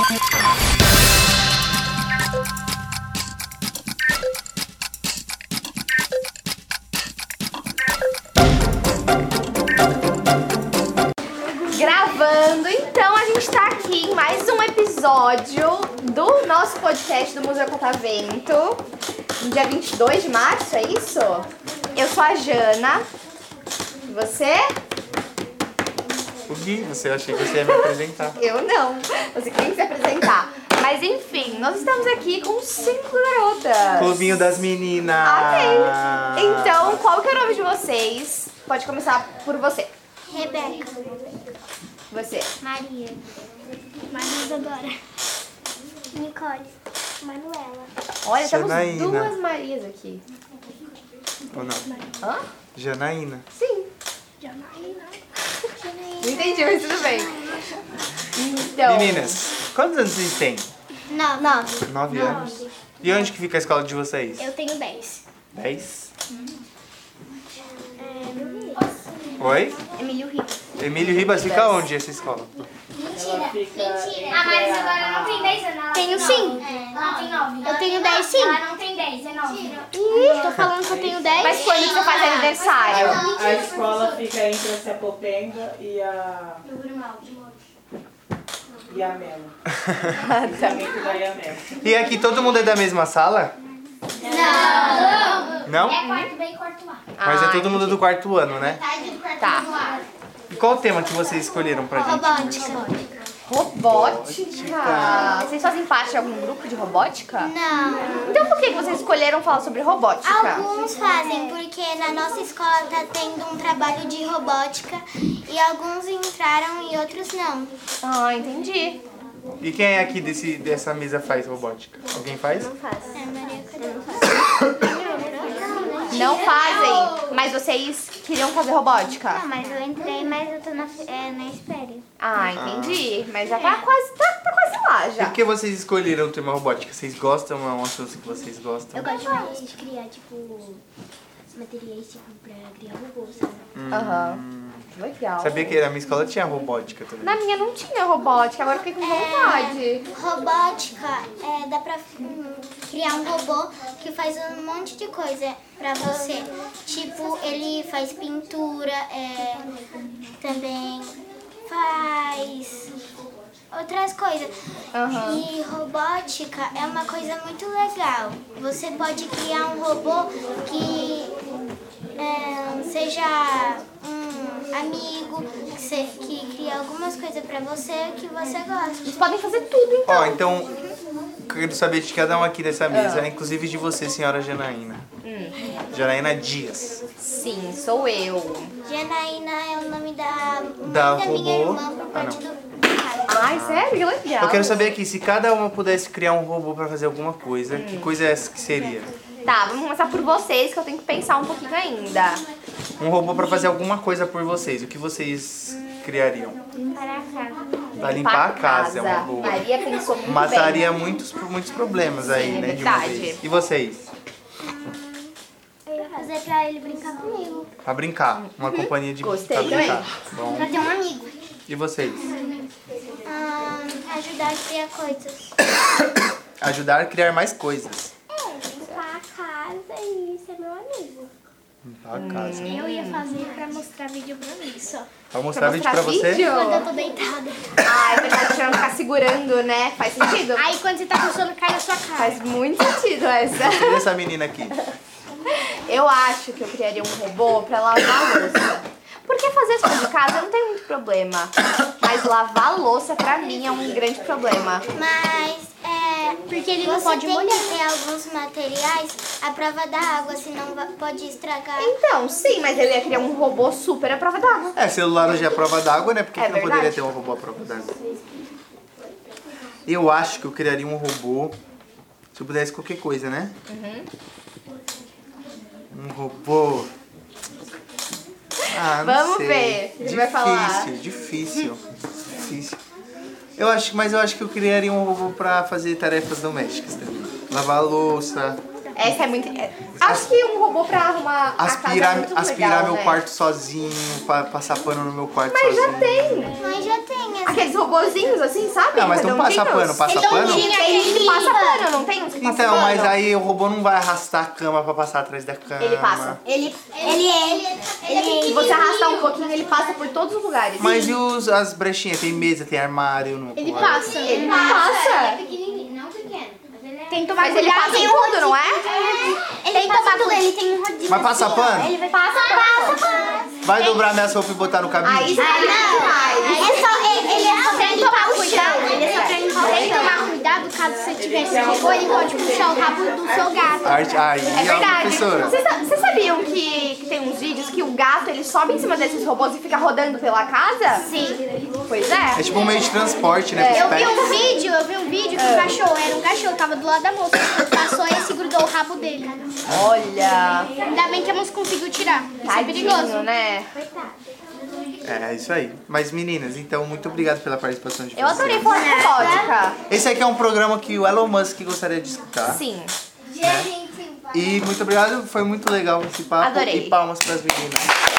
Gravando, então a gente tá aqui em mais um episódio do nosso podcast do Museu Catavento, no dia 22 de março, é isso? Eu sou a Jana, e você? O Gui, você achei que você ia me apresentar. Eu não, você tem que se apresentar. Mas enfim, nós estamos aqui com 5 garotas. Clubinho das meninas. Ok, então qual que é o nome de vocês? Pode começar por você. Rebeca. Você. Maria. Maria Isadora. Nicole. Manuela. Olha, temos Janaína. 2 Marias aqui. Ou não? Hã? Janaína. Sim. Janaína. Não entendi, mas tudo bem. Então. Meninas, quantos anos vocês têm? 9. 9 anos. E onde que fica a escola de vocês? Eu tenho 10. 10? Oi? Emílio Ribas. Emílio Ribas, fica onde essa escola? Mentira. A Maria Isadora não tem 10 anos. Tenho sim. Ela tem 9. Eu tenho 10 sim. Ela não tem 10, é 9. Ih, tô falando que eu tenho 10. Mas quando que você faz aniversário? A escola fica entre a Sapopemba e a Melo. Também da Melo. E aqui todo mundo é da mesma sala? Não. Não? É quarto B e quarto A. Mas é todo mundo do quarto ano, né? Tá. E qual o tema que vocês escolheram pra gente? Robótica. Vocês fazem parte de algum grupo de robótica? Não. Então por que vocês escolheram falar sobre robótica? Alguns fazem, porque na nossa escola tá tendo um trabalho de robótica e alguns entraram e outros não. Ah, entendi. E quem é aqui dessa mesa faz robótica? Alguém faz? É Maria Cadê? Não fazem, mas vocês queriam fazer robótica? Não, mas eu entrei, mas eu tô na espera. Ah, entendi. Mas já tá quase lá E já. por que vocês escolheram o tema robótica? Vocês gostam? É um assunto que vocês gostam? Eu gosto mais de criar, materiais, pra criar robôs, sabe? Aham. Legal. Sabia que na minha escola tinha robótica também? Na minha não tinha robótica, agora eu fiquei com vontade. Robótica, dá pra criar um robô que faz um monte de coisa pra você. Tipo, ele faz pintura, também faz outras coisas. Aham. E robótica é uma coisa muito legal. Você pode criar um robô que seja um amigo, que cria algumas coisas pra você que você gosta. Vocês podem fazer tudo, então. Ó, então, quero saber de cada um aqui dessa mesa, inclusive de você, senhora Janaína. Janaína Dias. Sim, sou eu. Janaína é o nome da Da minha robô. irmã por parte não. do Ai, sério? Que legal. Eu quero saber aqui, se cada uma pudesse criar um robô pra fazer alguma coisa, que coisa é essa que seria? Tá, vamos começar por vocês, que eu tenho que pensar um pouquinho ainda. Um robô pra fazer alguma coisa por vocês, o que vocês criariam? para casa. Pra limpar a casa, é uma boa. Maria pensou muito Mataria bem. muitos problemas aí, Sim, é né, de uma verdade. vez. E vocês? Eu ia fazer pra ele brincar comigo. Pra brincar, uma companhia de Gostei pra brincar. Bom. Pra ter um amigo. E vocês? Ajudar a criar coisas. Ajudar a criar mais coisas. Limpar a casa e ser meu amigo. Limpar a casa. Eu ia fazer pra mostrar vídeo pra mim só. Pra mostrar vídeo pra mostrar você? vídeo? Quando eu tô deitada. Ah, é verdade, pra não ficar segurando, né? Faz sentido? Aí quando você tá com sono, cai na sua cara. Faz muito sentido essa. E essa menina aqui? Eu acho que eu criaria um robô pra lavar a louça. Porque fazer as coisas de casa não tem muito problema. Mas lavar a louça pra mim é um grande problema. Mas porque ele não pode molhar. Você tem que ter alguns materiais à prova da água, senão pode estragar. Então, sim, mas eu ia criar um robô super à prova d'água. Celular hoje é a prova d'água, né? Por que, É que não verdade. poderia ter um robô à prova d'água? Eu acho que eu criaria um robô, se eu pudesse qualquer coisa, né? Um robô... Ah, não Vamos sei. ver, a gente vai falar. Difícil. Eu acho que eu criaria um robô pra fazer tarefas domésticas também. Lavar a louça, Essa é muito... Acho que um robô pra arrumar a casa é muito Aspirar legal, meu né? quarto sozinho, passar pano no meu quarto Mas sozinho. já tem. Mas já tem essa. Aqueles robozinhos assim, sabe? Não, mas não passa pano, passa pano? Tem que passa pano, não tem uns que passa Então, pano? mas aí o robô não vai arrastar a cama pra passar atrás da cama. Ele passa. Se você arrastar um pouquinho, ele passa por todos os lugares. Mas e as brechinhas? Tem mesa, tem armário no Ele quarto? passa. Ele passa. Tem que tomar Mas ele passa em tudo, não é? Ele tem que tomar tudo, ele tem um rodízio. Mas passa pano? Ele vai passa. Vai dobrar minha roupa e botar no cabide? Aí sai demais. Ele é só pra limpar o chão. Ele é só pra limpar o chão. Tem que tomar cuidado, caso você tivesse robô, ele pode puxar o rabo do seu gato. Aí, É verdade. professora. Vocês sabiam que tem uns vídeos que o gato ele sobe em cima desses robôs e fica rodando pela casa? Sim. Pois é. É tipo um meio de transporte, né? Eu pros vi pets. um vídeo que o cachorro, era um cachorro, tava do lado da moça. Passou e segurou o rabo dele. Olha. Ainda bem que a moça conseguiu tirar. Isso é Tadinho, perigoso. né? É isso aí. Mas meninas, então muito obrigado pela participação de Eu vocês. adorei falar de robótica. Esse aqui é um programa que o Elon Musk gostaria de escutar. Sim. E muito obrigado, foi muito legal esse papo. Adorei. E palmas pras meninas.